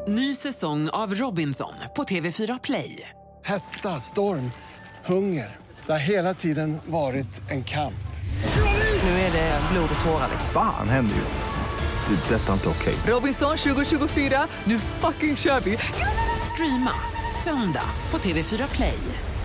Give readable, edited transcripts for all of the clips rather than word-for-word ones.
Ny säsong av Robinson på TV4 Play. Hetta, storm, hunger. Det har hela tiden varit en kamp. Nu är det blod och tårar. Fan händer just nu. Det. Detta är inte okej. Robinson 2024, nu fucking kör vi. Streama söndag på TV4 Play.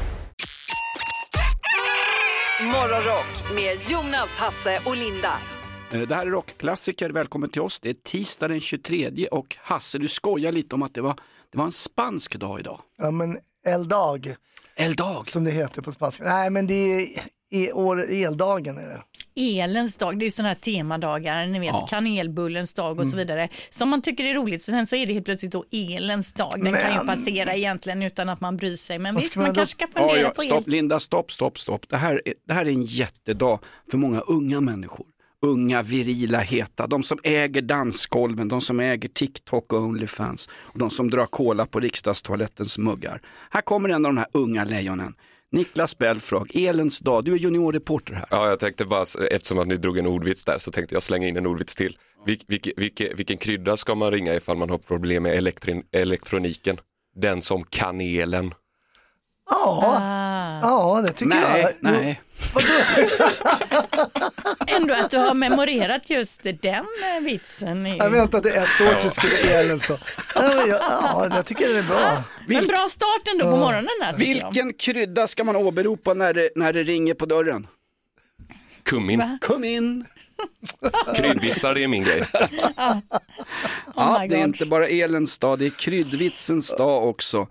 Morgonrock med Jonas, Hasse och Linda. Det här är rockklassiker, välkommen till oss. Det är tisdag den 23 och Hasse, du skojar lite om att det var en spansk dag idag. Ja, men eldag. Eldag? Som det heter på spanska. Nej, men det är eldagen är det. Elens dag, det är ju sådana här temadagar, ni vet, kanelbullens dag och så vidare. Som man tycker är roligt, så sen så är det helt plötsligt då elens dag. Den kan ju passera egentligen utan att man bryr sig. Men visst, man kanske ska fundera på stopp, el. Linda, stopp. Det här är en jättedag för många unga människor. Unga, virila, heta. De som äger dansgolven, de som äger TikTok och Onlyfans. Och de som drar cola på riksdagstoalettens muggar. Här kommer en av de här unga lejonen. Niklas Belfrag, Elens dag. Du är juniorreporter här. Ja, jag tänkte bara, eftersom att ni drog en ordvits där, så tänkte jag slänga in en ordvits till. Vilken krydda ska man ringa ifall man har problem med elektroniken? Den som kanelen. Ja, det tycker jag. Nej. Ändå att du har memorerat just den vitsen. Jag väntade ett år till skulle Elens dag. Ja, jag tycker det är bra. Men bra start ändå på morgonen här. Vilken krydda ska man åberopa när det ringer på dörren? Kummin. Kummin. Kryddvitsar, det är min grej. Ja, det är inte bara Elens dag, det är kryddvitsens dag också.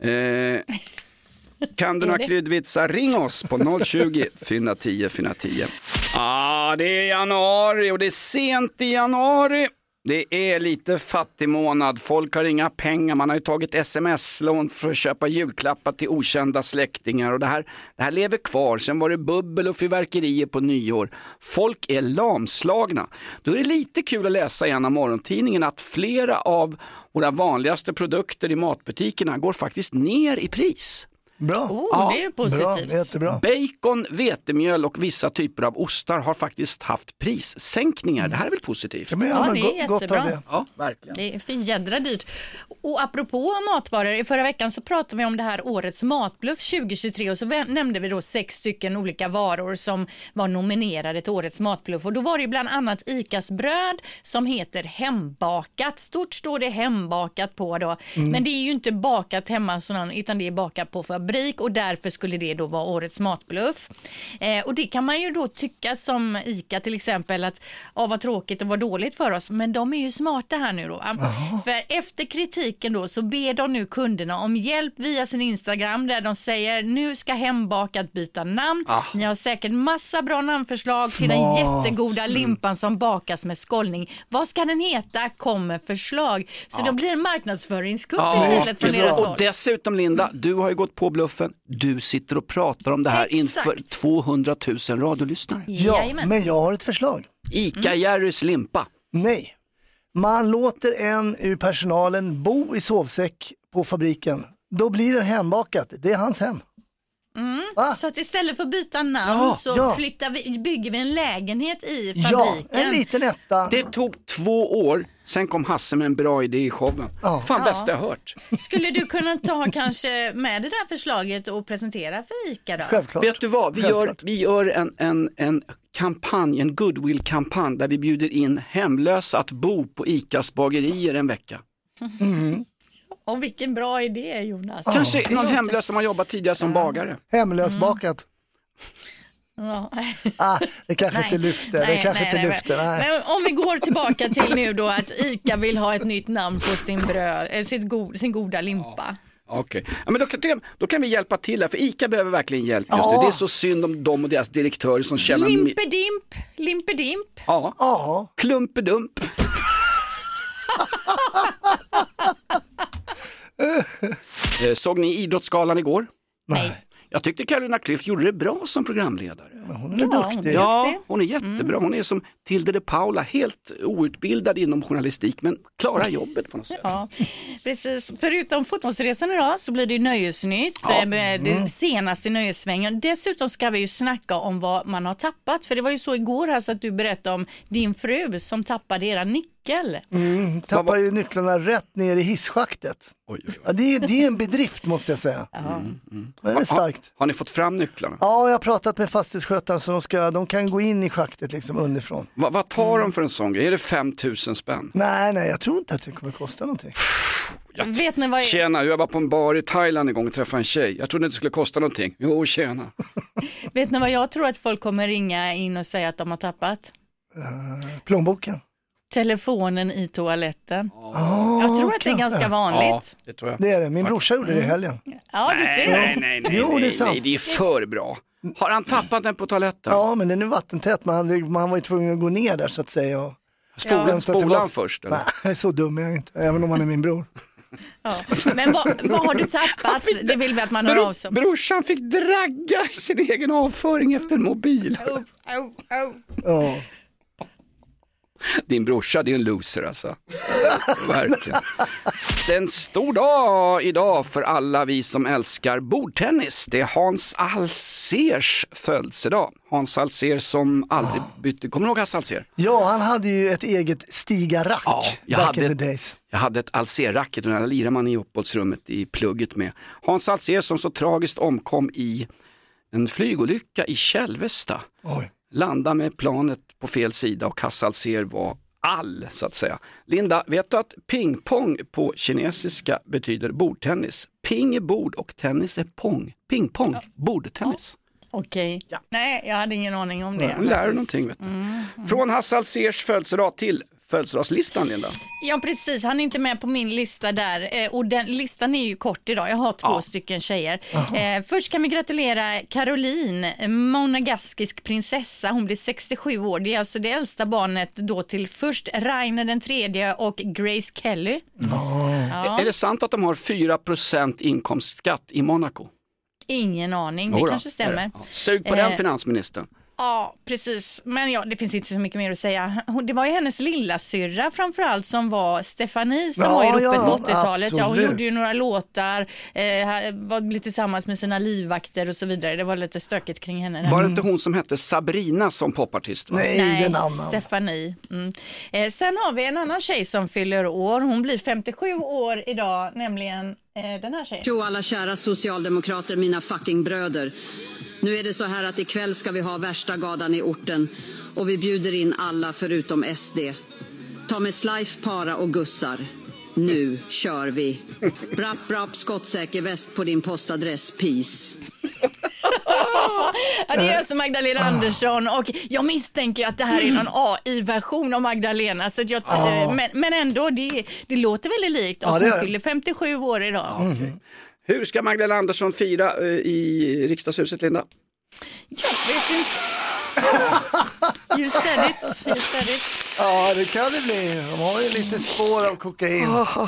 Kan du några kryddvitsar? Ring oss på 020 410 410. Det är januari och det är sent i januari. Det är lite fattig månad. Folk har inga pengar. Man har ju tagit sms-lån för att köpa julklappar till okända släktingar. Och det här lever kvar. Sen var det bubbel och fyrverkerier på nyår. Folk är lamslagna. Då är det lite kul att läsa i en av morgontidningen att flera av våra vanligaste produkter i matbutikerna går faktiskt ner i pris. Bra. Det är ju positivt. Bra, jättebra. Bacon, vetemjöl och vissa typer av ostar har faktiskt haft prissänkningar. Det här är väl positivt? Ja, det är jättebra. Det. Ja, verkligen. Det är för jädra dyrt. Och apropå matvaror, i förra veckan så pratade vi om det här årets matbluff 2023 och så nämnde vi då 6 stycken olika varor som var nominerade till årets matbluff. Och då var det ju bland annat Icas bröd som heter hembakat. Stort står det hembakat på då. Men det är ju inte bakat hemma utan det är bakat på fabrik och därför skulle det då vara årets matbluff. Och det kan man ju då tycka som Ica till exempel att vad tråkigt och vad dåligt för oss. Men de är ju smarta här nu då. För efter kritiken då så ber de nu kunderna om hjälp via sin Instagram där de säger nu ska hembakat byta namn. Ni har säkert massa bra namnförslag till den jättegoda limpan som bakas med skållning. Vad ska den heta? Kommer förslag. Så då blir det en marknadsföringskupp istället från deras håll. Och dessutom Linda, du har ju gått på bluffen. Du sitter och pratar om det här inför 200 000 radiolyssnare. Ja, men jag har ett förslag. Ica Jerrys limpa. Nej. Man låter en ur personalen bo i sovsäck på fabriken. Då blir det hembakat. Det är hans hem. Så att istället för att byta namn bygger vi en lägenhet i fabriken. Ja, en liten etta. Det tog 2 år, sen kom Hasse med en bra idé i showen. Fan, bästa jag hört. Skulle du kunna ta kanske med det där förslaget och presentera för Ica då? Självklart. Vet du vad, vi gör en kampanj, en goodwill-kampanj där vi bjuder in hemlösa att bo på Icas bagerier en vecka. Och vilken bra idé, Jonas. Kanske någon hemlös som har jobbat tidigare som bagare. Hemlösbakat. Det kanske inte lyfter. Men om vi går tillbaka till nu då att Ica vill ha ett nytt namn på sin goda limpa. Okej. Ja, men då kan vi hjälpa till här, för Ica behöver verkligen hjälp just nu. Det är så synd om dem och deras direktörer som känner... Limpedimp. Ja. Klumpedump. Såg ni Idrottsgalan igår? Nej. Jag tyckte Carolina Klüft gjorde det bra som programledare. Men hon är duktig. Ja, hon är jättebra. Hon är som Tilde de Paula, helt outbildad inom journalistik men klarar jobbet på något sätt. Ja, precis. Förutom fotbollsresan idag så blir det Nöjesnytt, det senaste nöjessvängen. Dessutom ska vi ju snacka om vad man har tappat. För det var ju så igår här så att du berättade om din fru som tappade era nyckel. Tappar ju nycklarna rätt ner i hisschaktet. Oj. Ja, det är en bedrift måste jag säga. Det är starkt. Har ni fått fram nycklarna? Ja, jag har pratat med fastighetsskötaren så de kan gå in i schaktet liksom underifrån. Vad tar de för en sån grej? Är det 5 000 spänn? Nej, jag tror inte att det kommer kosta någonting. Vet ni vad Tjena, jag var på en bar i Thailand en gång och träffade en tjej. Jag trodde inte det skulle kosta någonting. Jo, tjena. Vet ni vad jag tror att folk kommer ringa in och säga att de har tappat? Plånboken. Telefonen i toaletten. Jag tror att det är ganska vanligt. Ja, det tror jag. Det är det. Min brorsa gjorde det i helgen. Ja, du ser. Nej, Jo, det är sant. nej, det är för bra. Har han tappat den på toaletten? Ja, men den är vattentät. Man var ju tvungen att gå ner där så att säga. Och Spolan först? Eller? Nej, så dum är jag inte. Även om han är min bror. Ja. Men vad har du tappat? Det vill vi att man hör av sig. Brorsan fick dragga sin egen avföring efter en mobil. Ja. Din brorsa, det är en loser alltså. Verkligen. Det är en stor dag idag för alla vi som älskar bordtennis. Det är Hans Alsérs födelsedag. Hans Alsér som aldrig bytte. Kommer du ihåg Hans Alsér? Ja, han hade ju ett eget Stiga-rack back in the days. Jag hade ett Alsér-racket och den där lirar man i uppehållsrummet i plugget med. Hans Alsér som så tragiskt omkom i en flygolycka i Kälvesta. Oj. Landa med planet på fel sida och Hans Alsér var så att säga. Linda, vet du att pingpong på kinesiska betyder bordtennis? Ping är bord och tennis är pong. Pingpong, bordtennis. Okej. Nej, jag hade ingen aning om det. Du lär du någonting, vet du. Från Hans Alsérs födelsedag till födelsedagslistan, Linda. Ja, precis. Han är inte med på min lista där. Och den listan är ju kort idag. Jag har 2 stycken tjejer. Först kan vi gratulera Caroline, monegaskisk prinsessa. Hon blir 67 år. Det är alltså det äldsta barnet då till först Rainer den tredje och Grace Kelly. Är det sant att de har 4% inkomstskatt i Monaco? Ingen aning. Det kanske stämmer. Sug på den finansministern. Ja, precis. Men det finns inte så mycket mer att säga. Det var ju hennes lilla syrra framförallt som var Stefanie som var i ropet på 80-talet. Ja, hon gjorde ju några låtar, var tillsammans med sina livvakter och så vidare. Det var lite stökigt kring henne. Var det inte hon som hette Sabrina som popartist? Va? Nej, den annan. Stefanie. Sen har vi en annan tjej som fyller år. Hon blir 57 år idag, nämligen den här tjejen. Tjo alla kära socialdemokrater, mina fucking bröder. Nu är det så här att ikväll ska vi ha värsta gadan i orten och vi bjuder in alla förutom SD. Ta med Slife, Para och Gussar. Nu kör vi. Brapp, brapp, skottsäker väst på din postadress, peace. Ja, det är alltså Magdalena Andersson och jag misstänker att det här är någon AI-version av Magdalena så att men ändå, det låter väldigt likt och hon fyller 57 år idag. Hur ska Magdalena Andersson fira i riksdagshuset, Linda? Jag vet inte. You said it. Ja, det kan det bli. De har ju lite spår av kokain.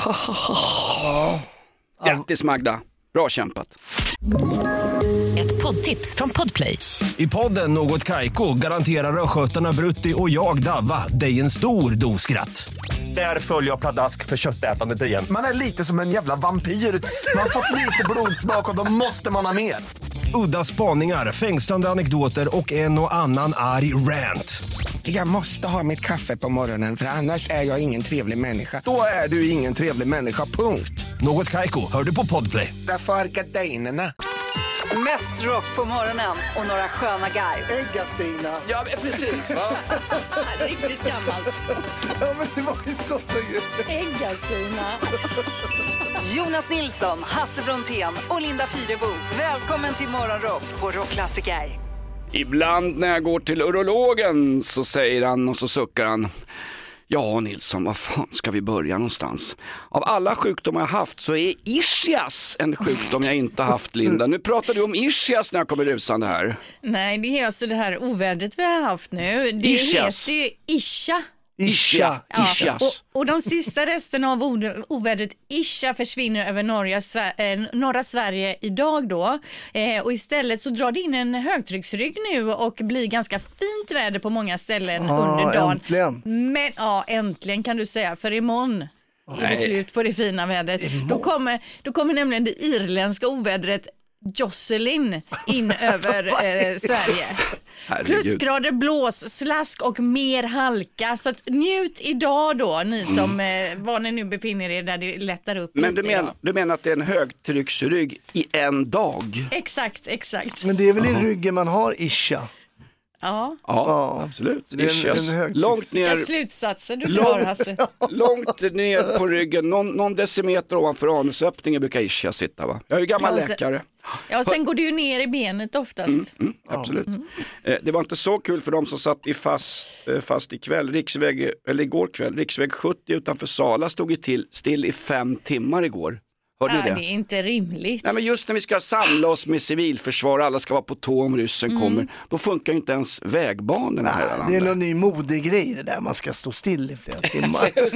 Grattis Magda, bra kämpat. Ett poddtips från Podplay. I podden Något Kaiko garanterar röskötarna Brutti och jag Davva dig en stor doskratt. Där följer jag pladask för köttätandet igen. Man är lite som en jävla vampyr. Man har fått lite blodsmak och då måste man ha mer. Udda spaningar, fängslande anekdoter och en och annan arg rant. Jag måste ha mitt kaffe på morgonen för annars är jag ingen trevlig människa. Då är du ingen trevlig människa, punkt. Något Kaiko, hör du på Podplay. Därför är gardinerna. Mest rock på morgonen och några sköna garv. Äggastina. Ja, precis. Va? Riktigt gammalt. Ja, men det var ju så grejer. Äggastina. Jonas Nilsson, Hasse Brontén och Linda Fyrebo. Välkommen till Morgonrock på Rockklassiker. Ibland när jag går till urologen så säger han och så suckar han. Ja Nilsson, vad fan ska vi börja någonstans? Av alla sjukdomar jag haft så är ischias en sjukdom jag inte haft, Linda. Nu pratar du om ischias när jag kommer rusande här. Nej, det är alltså det här ovädret vi har haft nu. Det ischias. heter ju ischa. Isha. Och de sista resterna av ovädret Isha försvinner över norra Sverige idag då. Och istället så drar det in en högtrycksrygg nu och blir ganska fint väder på många ställen under dagen. Äntligen. Men äntligen kan du säga, för imorgon är det slut på det fina vädret. Då kommer nämligen det irländska ovädret Jocelyn in över Sverige. Herregud. Plusgrader, blås, slask och mer halka. Så att njut idag då, ni som var ni nu befinner er där det lättar upp. Men lite du menar att det är en högtrycksrygg i en dag? Exakt. Men det är väl i ryggen man har Isha? Ja, absolut. Långt ner. Slutsatser du drar, Hasse. Långt ner på ryggen, någon decimeter ovanför anusöppningen brukar Isha sitta, va? Jag är ju gammal läkare. Ja, sen går det ju ner i benet oftast. Absolut. Det var inte så kul för dem som satt fast ikväll. Igår kväll. Riksväg 70 utanför Sala stod still i 5 timmar igår. Hörde du det? Det är inte rimligt. Nej, men just när vi ska samla oss med civilförsvar, alla ska vara på tå om ryssen kommer, då funkar ju inte ens vägbanorna här i landet. Det är någon ny modegrej det där, man ska stå still i flera timmar. Det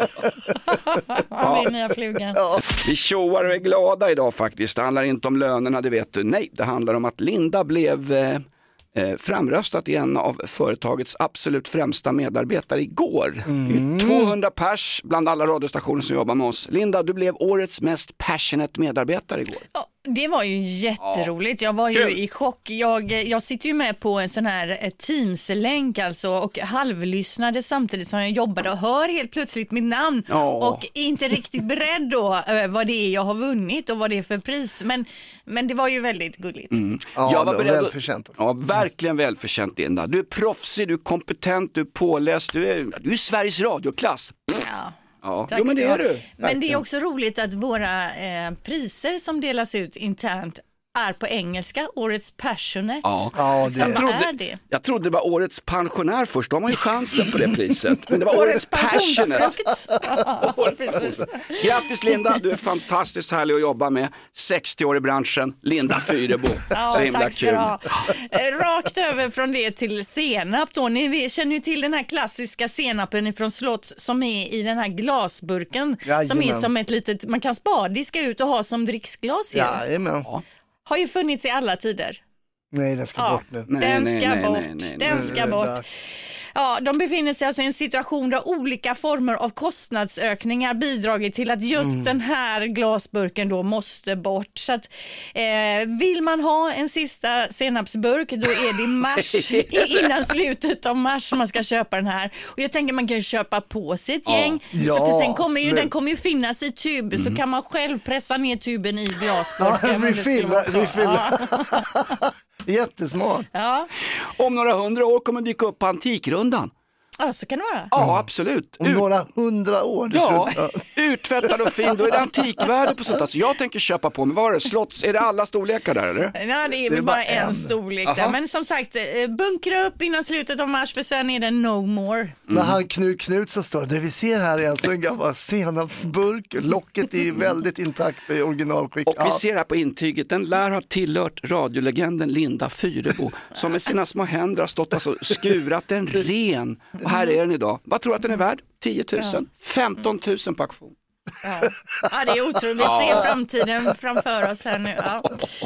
är nya flugan. Vi tjoar och är glada idag faktiskt. Det handlar inte om lönerna, det vet du. Nej, det handlar om att Linda blev framröstat i en av företagets absolut främsta medarbetare igår. 200 pers bland alla radiostationer som jobbar med oss. Linda, du blev årets mest passionate medarbetare igår. Ja, det var ju jätteroligt. Jag var ju i chock. Jag sitter ju med på en sån här Teams-länk alltså och halvlyssnade samtidigt som jag jobbade och hör helt plötsligt mitt namn och är inte riktigt beredd då vad det är jag har vunnit och vad det är för pris. Men det var ju väldigt gulligt. Jag var beredd. Välförtjänt. Ja, verkligen välförtjänt, Linda. Du är proffsig, du är kompetent, du är påläst, du är Sveriges radioklass. Ja, men det är du. Men det är också roligt att våra priser som delas ut internt är på engelska, årets passionate. Jag trodde det var årets pensionär först, då har man ju chansen på det priset. Men det var årets passionate. Grattis Linda, du är fantastiskt härlig att jobba med. 60 år i branschen, Linda Fyrebo. Så himla kul. Rakt över från det till senap då. Ni känner ju till den här klassiska senapen från Slotts som är i den här glasburken. Som är som ett litet, man kan spardiska ut och ha som dricksglas. Jajamän. Har ju funnits i alla tider. Nej, den ska bort nu. Den ska bort. Ja, de befinner sig alltså i en situation där olika former av kostnadsökningar bidragit till att just den här glasburken då måste bort. Så att vill man ha en sista senapsburk, då är det mars, innan slutet av mars man ska köpa den här. Och jag tänker man kan köpa på sig ett gäng. Så sen den kommer ju finnas i tub, så kan man själv pressa ner tuben i glasburken. Refill. Jättesmart. Ja. Om några 100 år kommer dyka upp på Antikrundan. Ja, så kan det vara. Ja, absolut. Om några 100 år. Uttvättad och fin. Då är det antikvärde på sånt. Alltså, jag tänker köpa på mig. Vad är det? Slotts? Är det alla storlekar där, eller? Nej, det är väl bara en storlek där. Men som sagt, bunkra upp innan slutet av mars, för sen är det no more. När han Knut som står, det vi ser här är alltså en gammal senapsburk. Locket är väldigt intakt i originalskick. Och vi ser här på intyget, den lär ha tillhört radiolegenden Linda Fyrebo, som med sina små händer har stått och skurat en ren. Och här är den idag. Vad tror du att den är värd? 10 000? 15 000 på auktion. Ja, det är otroligt. Vi ser framtiden framför oss här nu. Ja.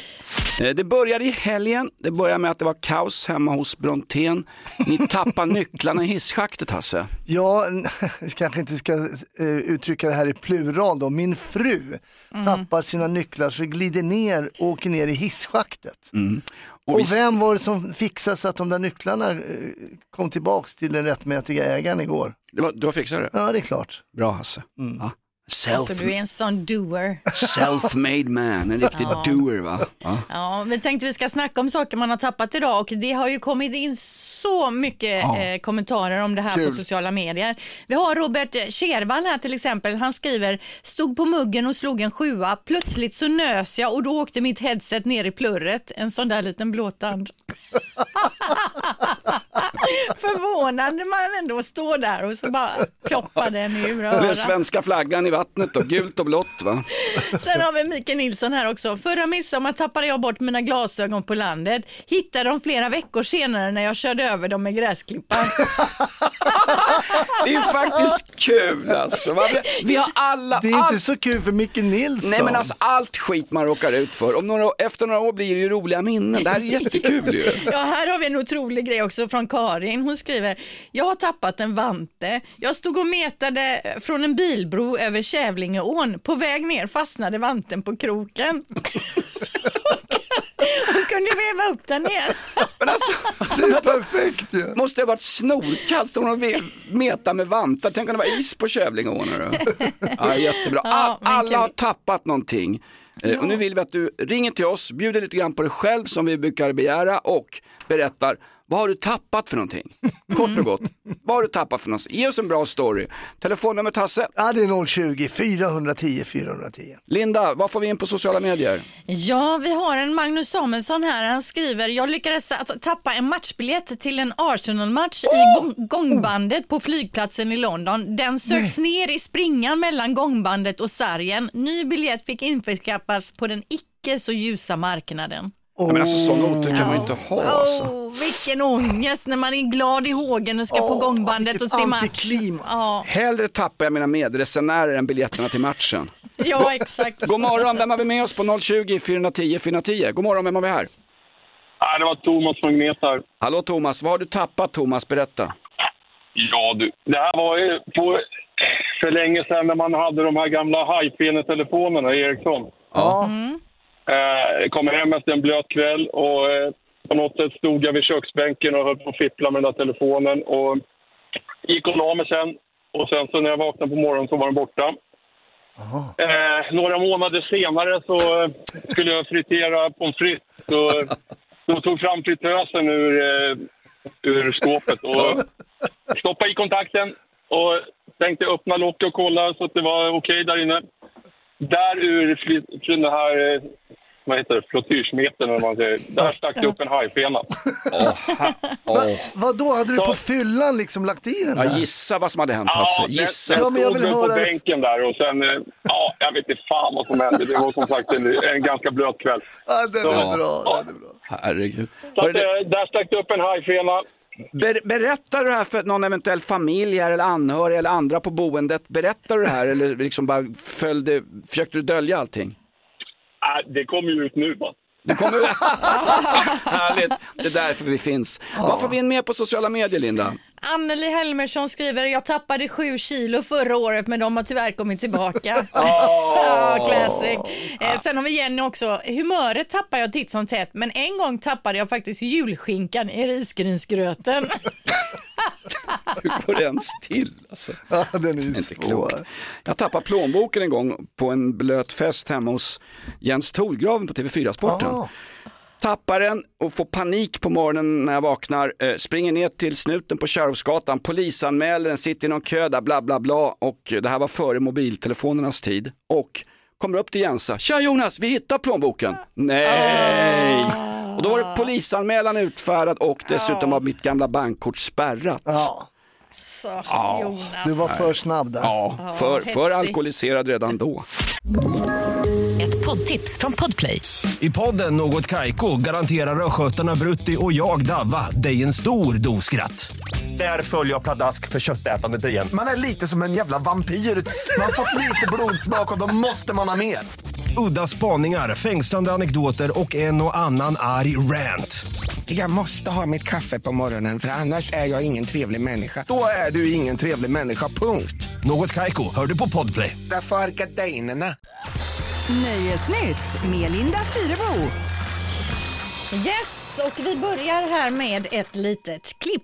Det började i helgen. Det började med att det var kaos hemma hos Brontén. Ni tappar nycklarna i hisschaktet, Hasse. Ja, jag kanske inte ska uttrycka det här i plural då. Min fru tappar sina nycklar så glider ner och åker ner i hisschaktet. Och vem var det som fixade så att de där nycklarna kom tillbaks till den rättmätiga ägaren igår? Du har fixat det? Ja, det är klart. Bra, Hasse. Ja. Alltså, du är en sån doer. Self-made man, en riktig doer, va? Ja, vi tänkte vi ska snacka om saker man har tappat idag, och det har ju kommit in så mycket kommentarer om det här på sociala medier. Vi har Robert Kärvall här till exempel. Han skriver: stod på muggen och slog en 7. Plötsligt så nös jag och då åkte mitt headset ner i plurret. En sån där liten blåtand. Förvånande man ändå står där och så bara ploppar den ur örat. Den svenska flaggan i vattnet och gult och blått, va? Sen har vi Mikael Nilsson här också. Förra midsommar tappade jag bort mina glasögon på landet. Hittade dem flera veckor senare när jag körde över dem med gräsklippan. Det är faktiskt kul alltså. Vi har alla... Det är inte så kul för Micke Nilsson. Nej men alltså allt skit man råkar ut för. Efter några år blir det ju roliga minnen. Det här är jättekul ju. Ja, här har vi en otrolig grej också från Karin. Hon skriver: jag har tappat en vante. Jag stod och metade från en bilbro över Kävlingeån. På väg ner fastnade vanten på kroken. Hon kunde veva upp den ner. Men alltså, det är perfekt ju. Ja. Måste det ha varit snorkallt. Stod hon och meta med vantar. Tänk om det var is på Kävlingeån. Ja, jättebra. Alla har tappat någonting. Och nu vill vi att du ringer till oss, bjuder lite grann på dig själv som vi brukar begära och berättar, vad har du tappat för någonting? Kort och gott, vad har du tappat för någonting? Ge oss en bra story. Telefonnummer Hasse? Ja, det är 020 410 410. Linda, vad får vi in på sociala medier? Ja, vi har en Magnus Samuelsson här. Han skriver: jag lyckades tappa en matchbiljett till en Arsenal-match i gångbandet på flygplatsen i London. Den söks ner i springan mellan gångbandet och sargen. Ny biljett fick införskaffas på den icke så ljusa marknaden. Ja, men alltså sån otur kan man inte ha alltså. Vilken ångest när man är glad i hågen och ska på gångbandet och se match. Hellre tappar jag mina medresenärer än biljetterna till matchen. Ja, exakt. God morgon, vem har vi med oss på 020 410 410? God morgon, vem har vi här? Ja, det var Thomas från Gnetar. Hallå Thomas, vad har du tappat Thomas? Berätta. Ja du, det här var ju för länge sedan när man hade de här gamla high-telefonerna i Ericsson. Ja. Kommer hem efter en blöt kväll och på något sätt stod jag vid köksbänken och höll på att fippla med den där telefonen och gick och la mig sen. Och sen så när jag vaknade på morgonen så var den borta. Några månader senare så skulle jag fritera pommes frites och då tog fram fritösen ur skåpet och stoppade i kontakten och tänkte öppna locket och kolla så att det var okej där inne. Där ur den här, vad heter det, flottyrsmetern eller vad man säger, där stack det upp en hajfena. Vadå, hade du på fyllan liksom lagt i den där? Ja, gissa vad som hade hänt Hasse, gissa. Ja, men jag vill höra på bänken där och sen, jag vet inte fan vad som hände. Det var som sagt en ganska blöt kväll. Ja, det är bra. Herregud. Så att, där stack det upp en hajfena. Berättar du det här för någon eventuell familj eller anhörig eller andra på boendet? Berättar du det här eller liksom bara försökte du dölja allting? Det kommer ju ut nu va? Det kommer ut. Härligt, det är därför vi finns. Vad får vi in med på sociala medier, Linda? Anneli Helmersson skriver: jag tappade 7 kilo förra året men de har tyvärr kommit tillbaka. Classic. Sen har vi Jenny också: humöret tappar jag titt som tätt men en gång tappade jag faktiskt julskinkan i risgrynsgröten. Hur går det ens till? Alltså, ja, den är inte svår. Jag tappade plånboken en gång på en blöt fest hemma hos Jens Tolgraven på TV4-sporten. Tappar den och får panik på morgonen när jag vaknar. Springer ner till snuten på Kärrhovsgatan. Polisanmäler den, sitter i någon kö där, bla bla bla. Och det här var före mobiltelefonernas tid. Och kommer upp till Jensa. Tja Jonas, vi hittar plånboken. Nej! Och då var det polisanmälan utfärdad och dessutom var mitt gamla bankkort spärrat. Så, Jonas. Du var för snabb där. Ja, för alkoholiserad redan då. Ett poddtips från Podplay. I podden Något Kaiko garanterar röskötarna Brutti och jag Davva dig en stor doskratt. Där följer jag pladask för köttätandet igen. Man är lite som en jävla vampyr. Man har fått lite blodsmak och då måste man ha mer. Udda spaningar, fängslande anekdoter och en och annan arg rant. Jag måste ha mitt kaffe på morgonen för annars är jag ingen trevlig människa. Då är du ingen trevlig människa, punkt. Något Kaiko, hör du på Podplay. Därför är gardinerna. Nöjesnytt med Linda Fyrebo. Yes, och vi börjar här med ett litet klipp.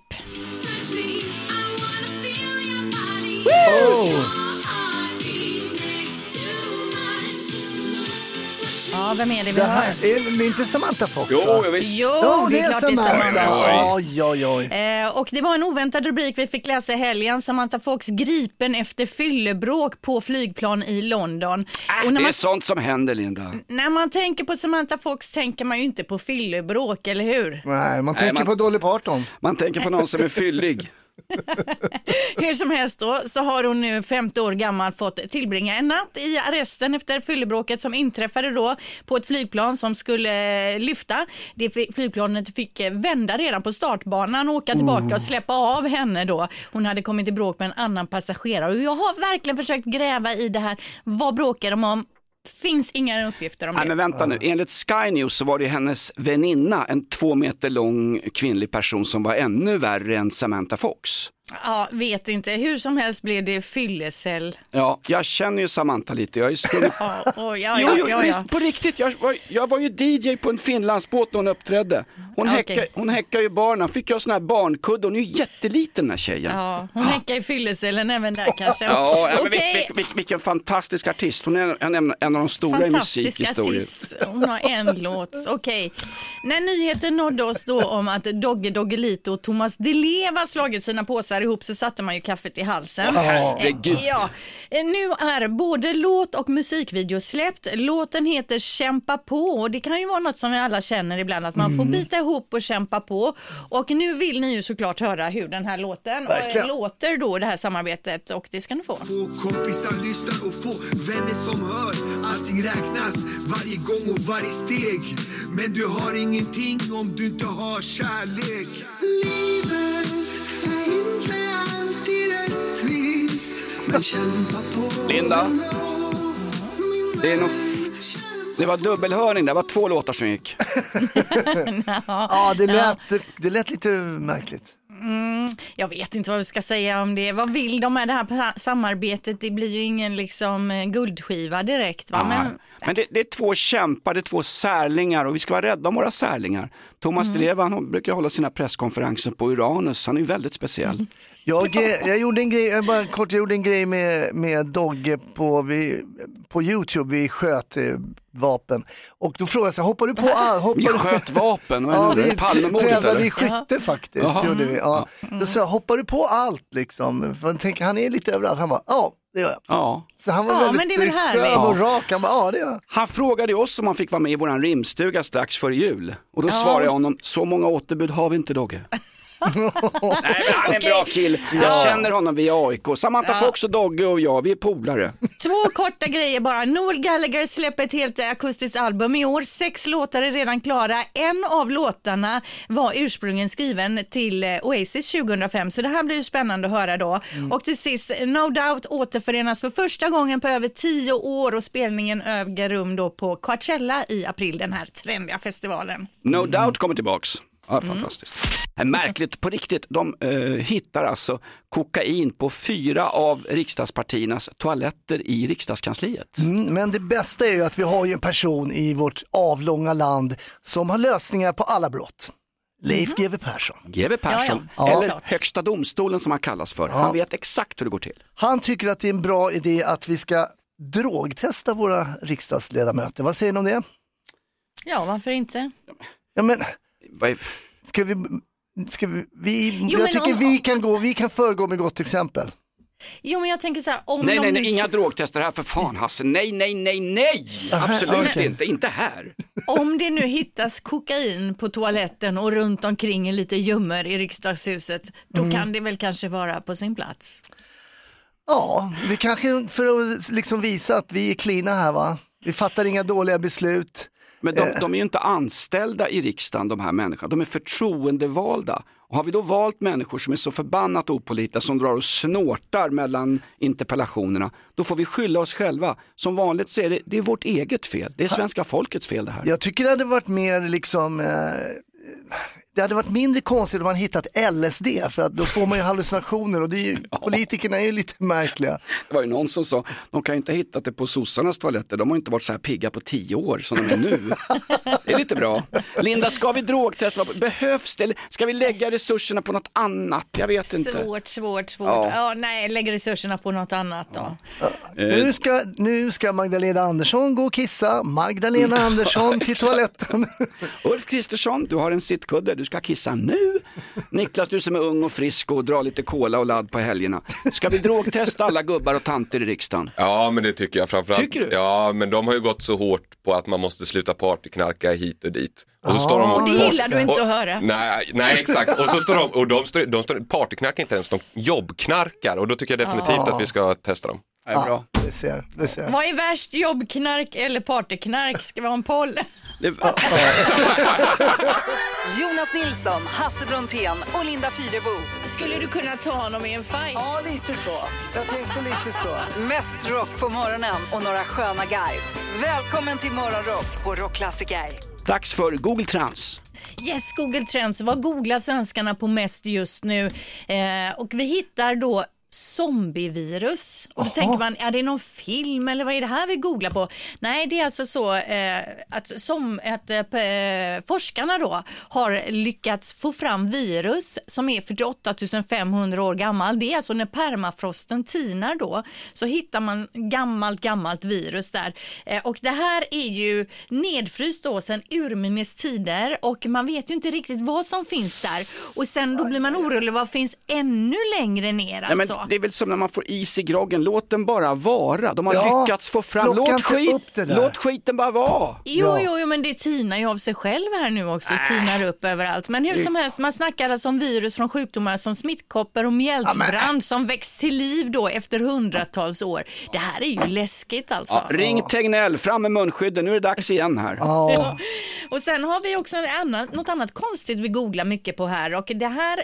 Ja, vem är det vi hör? Är det inte Samantha Fox? Jo, visst. Jo, det är klart Samantha. Och det var en oväntad rubrik vi fick läsa i helgen. Samantha Fox gripen efter fyllebråk på flygplan i London. Och det är sånt som händer, Linda. När man tänker på Samantha Fox tänker man ju inte på fyllebråk, eller hur? Nej, man tänker på Dolly Parton. Man tänker på någon som är fyllig. Hur som helst då, så har hon nu 50 år gammal fått tillbringa en natt i arresten efter fyllebråket som inträffade då på ett flygplan som skulle lyfta. Det flygplanet fick vända redan på startbanan och åka tillbaka och släppa av henne då. Hon hade kommit i bråk med en annan passagerare och jag har verkligen försökt gräva i det här. Vad bråkar de om? Finns inga uppgifter om det. Nej, men vänta nu, enligt Sky News så var det hennes väninna, en 2 meter lång kvinnlig person som var ännu värre än Samantha Fox. Ja, vet inte. Hur som helst blev det fyllecell. Ja, jag känner ju Samantha lite. Jag är stor... ja. Visst, på riktigt. Jag var ju DJ på en Finlandsbåt när hon uppträdde. Hon häckar ju barnen. Fick jag sån här barnkudde. Hon är ju jätteliten den här tjejen. Ja, hon häckar i fyllecellen även där kanske. Ja, men vilken fantastisk artist. Hon är en av de stora i musikhistorien. Hon har en låt. Okej. När nyheten nådde oss då om att Dogge Doggelito och Thomas Di Leva slagit sina påsar ihop så satte man ju kaffet i halsen. Herregud. Ja. Nu är både låt och musikvideo släppt. Låten heter Kämpa på och det kan ju vara något som vi alla känner ibland att man får bita ihop och kämpa på. Och nu vill ni ju såklart höra hur den här låten låter då, det här samarbetet, och det ska ni få. Få kompisar lyssnar och få vänner som hör. Allting räknas varje gång och varje steg. Men du har ingenting om du inte har kärlek. Livet är inte alltid rättvist, men kämpa på. Linda, det var dubbelhörning, det var 2 låtar som gick. Ja, det lät lite märkligt. Jag vet inte vad vi ska säga om det. Vad vill de med det här samarbetet? Det blir ju ingen liksom guldskiva direkt, va? Men det är 2 kämpar, det är 2 särlingar och vi ska vara rädda om våra särlingar. Thomas Di Leva, han brukar hålla sina presskonferenser på Uranus. Han är ju väldigt speciell. Jag gjorde en grej med Dogge på YouTube. Vi sköt vapen. Och då frågade jag sig, hoppar du på allt? Vi sköt vapen? Ja, vi tävlade i skytte faktiskt. Gjorde vi. Ja. Då sa jag, hoppar du på allt liksom? För jag tänker, han är lite överallt. Han bara, det gör jag. Ja. Så han var väldigt skön och rak. Han bara, det gör jag. Han frågade oss om han fick vara med i våran rimstuga strax före jul. Och då svarade jag honom, så många återbud har vi inte, Dogge. Nej, men han är en bra kill. Jag känner honom via AIK. Samantha Fox och Dogge och jag, vi är polare. 2 korta grejer bara. Noel Gallagher släpper ett helt akustiskt album i år. 6 låtar är redan klara. En av låtarna var ursprungligen skriven till Oasis 2005. Så det här blir ju spännande att höra då. Och till sist, No Doubt återförenas för första gången på över 10 år. Och spelningen äger rum då på Coachella i april, den här trendiga festivalen. No Doubt kommer tillbaks. Ja, fantastiskt. Märkligt på riktigt, de hittar alltså kokain på 4 av riksdagspartiernas toaletter i riksdagskansliet. Men det bästa är ju att vi har ju en person i vårt avlånga land som har lösningar på alla brott. Leif GW Persson. GW Persson, eller Högsta domstolen som han kallas för. Han vet exakt hur det går till. Han tycker att det är en bra idé att vi ska drogtesta våra riksdagsledamöter. Vad säger ni om det? Ja, varför inte? Ja, men... Vi kan föregå med gott exempel. Jo, men jag tänker så här, nej, inga drogtester här för fan, Hasse. Nej. Absolut inte här. Om det nu hittas kokain på toaletten och runt omkring lite gömmer i riksdagshuset, då kan det väl kanske vara på sin plats. Ja, det kanske för att liksom visa att vi är cleana här, va? Vi fattar inga dåliga beslut. Men de är ju inte anställda i riksdagen, de här människorna. De är förtroendevalda. Och har vi då valt människor som är så förbannat opålitliga, som drar och snortar mellan interpellationerna, då får vi skylla oss själva. Som vanligt så är det är vårt eget fel. Det är svenska folkets fel det här. Jag tycker det hade varit mer liksom... Det hade varit mindre konstigt om man hittat LSD, för att då får man ju hallucinationer och det är ju, politikerna är ju lite märkliga. Det var ju någon som sa, de kan ju inte ha hittat det på sossarnas toaletter, de har inte varit så här pigga på 10 år som de är nu. Det är lite bra. Linda, ska vi drogtesta? Behövs det? Eller ska vi lägga resurserna på något annat? Jag vet inte. Svårt. Ja, nej, lägg resurserna på något annat då. Ja. Nu ska Magdalena Andersson gå och kissa. Magdalena Andersson till toaletten. Ulf Kristersson, du har en sittkudde. Du ska kissa nu. Niklas, du som är ung och frisk och drar lite cola och ladd på helgerna. Ska vi drogtesta alla gubbar och tanter i riksdagen? Ja, men det tycker jag framförallt. Tycker du? Ja, men de har ju gått så hårt på att man måste sluta partyknarka hit och dit. Och så står de och det gillar du inte att höra. Nej, exakt. Och så står de står partyknarkar inte ens, de jobbknarkar. Och då tycker jag definitivt att vi ska testa dem. Ja, bra. Det ser. Vad är värst, jobbknark eller partyknark? Ska vi ha en poll? Jonas Nilsson, Hasse Brontén och Linda Fyrebo. Skulle du kunna ta honom i en fight? Ja, lite så. Jag tänkte lite så. Mest rock på morgonen och några sköna garv. Välkommen till Morgonrock på Rockklassiker. Dags för Google Trends. Yes, Google Trends. Vad googlar svenskarna på mest just nu? Och vi hittar då zombievirus. Och då tänker man, är det någon film eller vad är det här vi googlar på? Nej, det är alltså så att forskarna då har lyckats få fram virus som är 48 500 år gammal. Det är alltså när permafrosten tinar då, så hittar man gammalt virus där. Och det här är ju nedfryst då sedan urminnes tider och man vet ju inte riktigt vad som finns där. Och sen då blir man orolig, vad finns ännu längre ner alltså? Nej, men det är väl som när man får is i groggen, låt den bara vara. De har lyckats få fram, låt skiten bara vara. Jo, men det tinar ju av sig själv här nu också, tinar upp överallt. Men hur som helst, man snackar alltså om virus från sjukdomar som smittkoppor och mjältbrand som växt till liv då efter hundratals år. Det här är ju läskigt alltså. Ja, ring Tegnell, fram med munskydden, nu är det dags igen här. Ja. Och sen har vi också något annat konstigt vi googlar mycket på här, och det här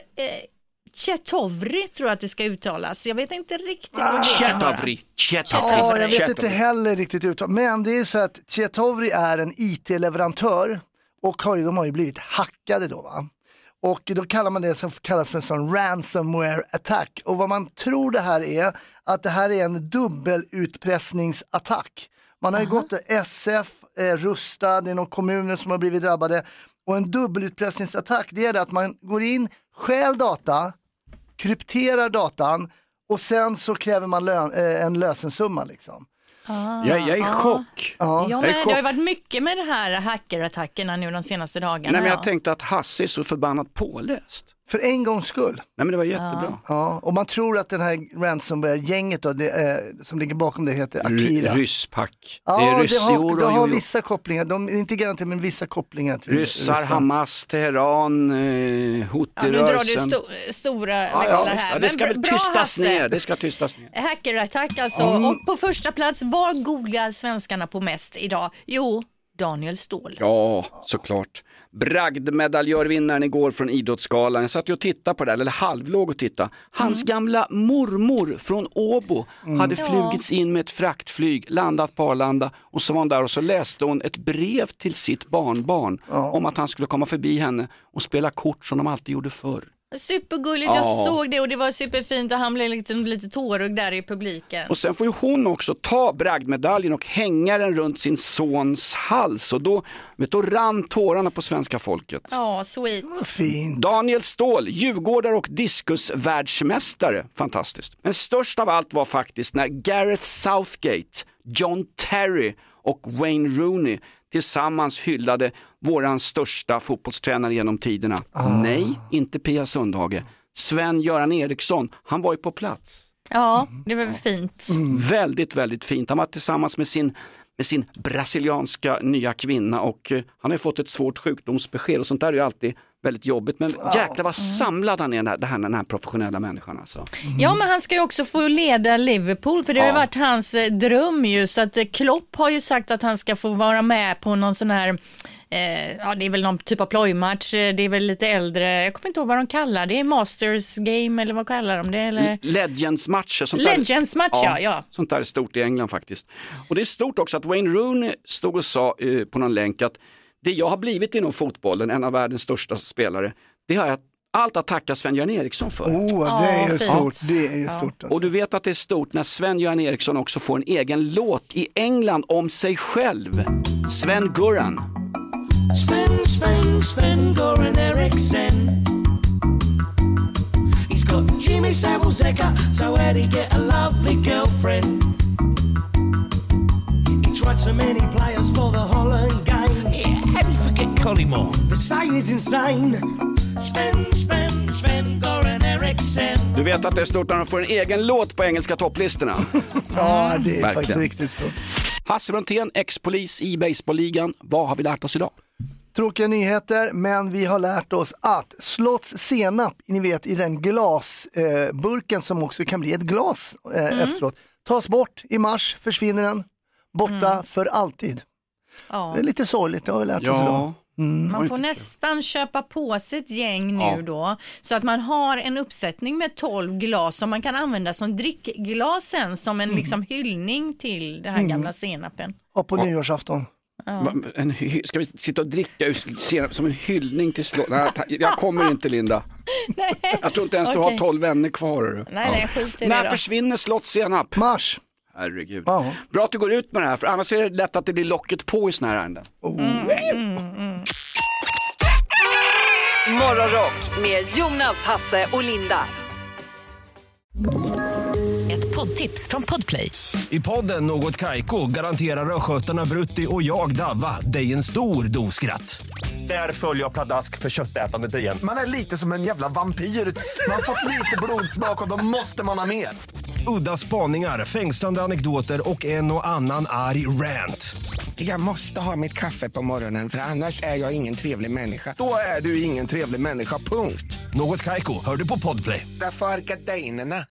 Chetovri tror jag att det ska uttalas. Jag vet inte riktigt vad det är. Ja, jag vet inte heller riktigt uttalat. Men det är så att Chetovri är en IT-leverantör och de har ju blivit hackade då, va? Och då kallar man det som kallas för en sån ransomware attack. Och vad man tror det här är, att det här är en dubbelutpressningsattack. Man har ju gått till SF, Rusta, det är några kommuner som har blivit drabbade. Och en dubbelutpressningsattack, det är det att man går in, stjäl data, krypterar datan och sen så kräver man en lösensumma liksom. Jag är i chock. Det har ju varit mycket med det här hackerattackerna nu de senaste dagarna. Nej, men jag tänkte att Hasse är så förbannat påläst. För en gångs skull. Nej, men det var jättebra. Ja, och man tror att den här ransomware-gänget då, som ligger bakom det heter Akira. Rysspack. Ja, det är ryssor. Det har vissa kopplingar. De är inte garanterat, men vissa kopplingar till ryssar, Hamas, Teheran, Houthi-rörelsen. Nu drar du stora växlar här. Det ska väl tystas ner. Det ska tystas ner. Hackerattack alltså. Och på första plats, vad googlar svenskarna på mest idag? Jo, Daniel Ståhl. Ja, såklart. Bragdmedaljörvinnaren igår från Idrottsgalan. Jag satt ju och tittade på det, eller halvlåg och tittade. Hans gamla mormor från Åbo hade flugits in med ett fraktflyg, landat på Arlanda, och så var hon där och så läste hon ett brev till sitt barnbarn om att han skulle komma förbi henne och spela kort som de alltid gjorde förr. Supergulligt, jag såg det och det var superfint och han blev lite tårögd där i publiken. Och sen får ju hon också ta bragdmedaljen och hänga den runt sin sons hals och då rann tårarna på svenska folket. Ja, sweet. Fint. Daniel Ståhl, djurgårdare och diskusvärldsmästare. Fantastiskt. Men störst av allt var faktiskt när Gareth Southgate, John Terry och Wayne Rooney tillsammans hyllade våran största fotbollstränare genom tiderna. Nej, inte Pia Sundhage. Sven-Göran Eriksson, han var ju på plats. Ja, det var fint. Väldigt, väldigt fint. Han var tillsammans med sin brasilianska nya kvinna och han har ju fått ett svårt sjukdomsbesked och sånt där är ju alltid väldigt jobbigt. Men jäklar vad samlad han är, den här professionella människan alltså. Ja, men han ska ju också få leda Liverpool för det har ju varit hans dröm ju, så att Klopp har ju sagt att han ska få vara med på någon sån här det är väl någon typ av plojmatch, det är väl lite äldre, jag kommer inte ihåg vad de kallar det, Masters game eller vad kallar de det? Eller? Legends-matcher. Legends-matcher, ja. Sånt där är stort i England faktiskt. Och det är stort också att Wayne Rooney stod och sa på någon länk att det jag har blivit inom fotbollen, en av världens största spelare, det har jag allt att tacka Sven-Göran Eriksson för. Det är ju stort. Det är ju stort alltså. Och du vet att det är stort när Sven-Göran Eriksson också får en egen låt i England om sig själv. Sven-Göran. Sven-Göran Eriksson. He's got Jimmy Savile's Eka, so where'd he get a lovely girlfriend? He tried so many players for the Holland game. Yeah, how do you forget Collymore? They say he's insane. Sven-Göran Eriksson. Du vet att det är stort när de får en egen låt på engelska topplistorna. Ja, det är Verkligen. faktiskt riktigt stort. Hasse Brontén, ex-polis i baseballligan. Vad har vi lärt oss idag? Tråkiga nyheter, men vi har lärt oss att Slotts senap, ni vet i den glasburken som också kan bli ett glas efteråt, tas bort i mars, försvinner den, borta för alltid. Ja. Det är lite sorgligt, det har vi lärt oss idag. Man får nästan köpa på sig ett gäng nu då, så att man har en uppsättning med 12 glas som man kan använda som drickglasen som en liksom hyllning till den här gamla senapen. Och på nyårsafton. Ja. Ska vi sitta och dricka senap som en hyllning till slott? Nej, jag kommer inte, Linda. Nej. Jag tror inte ens du har 12 vänner kvar. Nej, skit i det När då. försvinner Slott senap? Mars. Herregud. Bra att du går ut med det här, för annars är det lätt att det blir locket på i såna här ärenden. Morgonrock med Jonas, Hasse och Linda. Ett poddtips från Podplay. I podden Något Kaiko garanterar röskötarna Brutti och jag Davva dig en stor doskratt. Där följer jag pladask för köttätandet igen. Man är lite som en jävla vampyr. Man har fått lite blodsmak och då måste man ha mer. Udda spaningar, fängslande anekdoter och en och annan arg rant. Jag måste ha mitt kaffe på morgonen för annars är jag ingen trevlig människa. Då är du ingen trevlig människa, punkt. Något Kaiko, hör du på Podplay. Därför är gardinerna.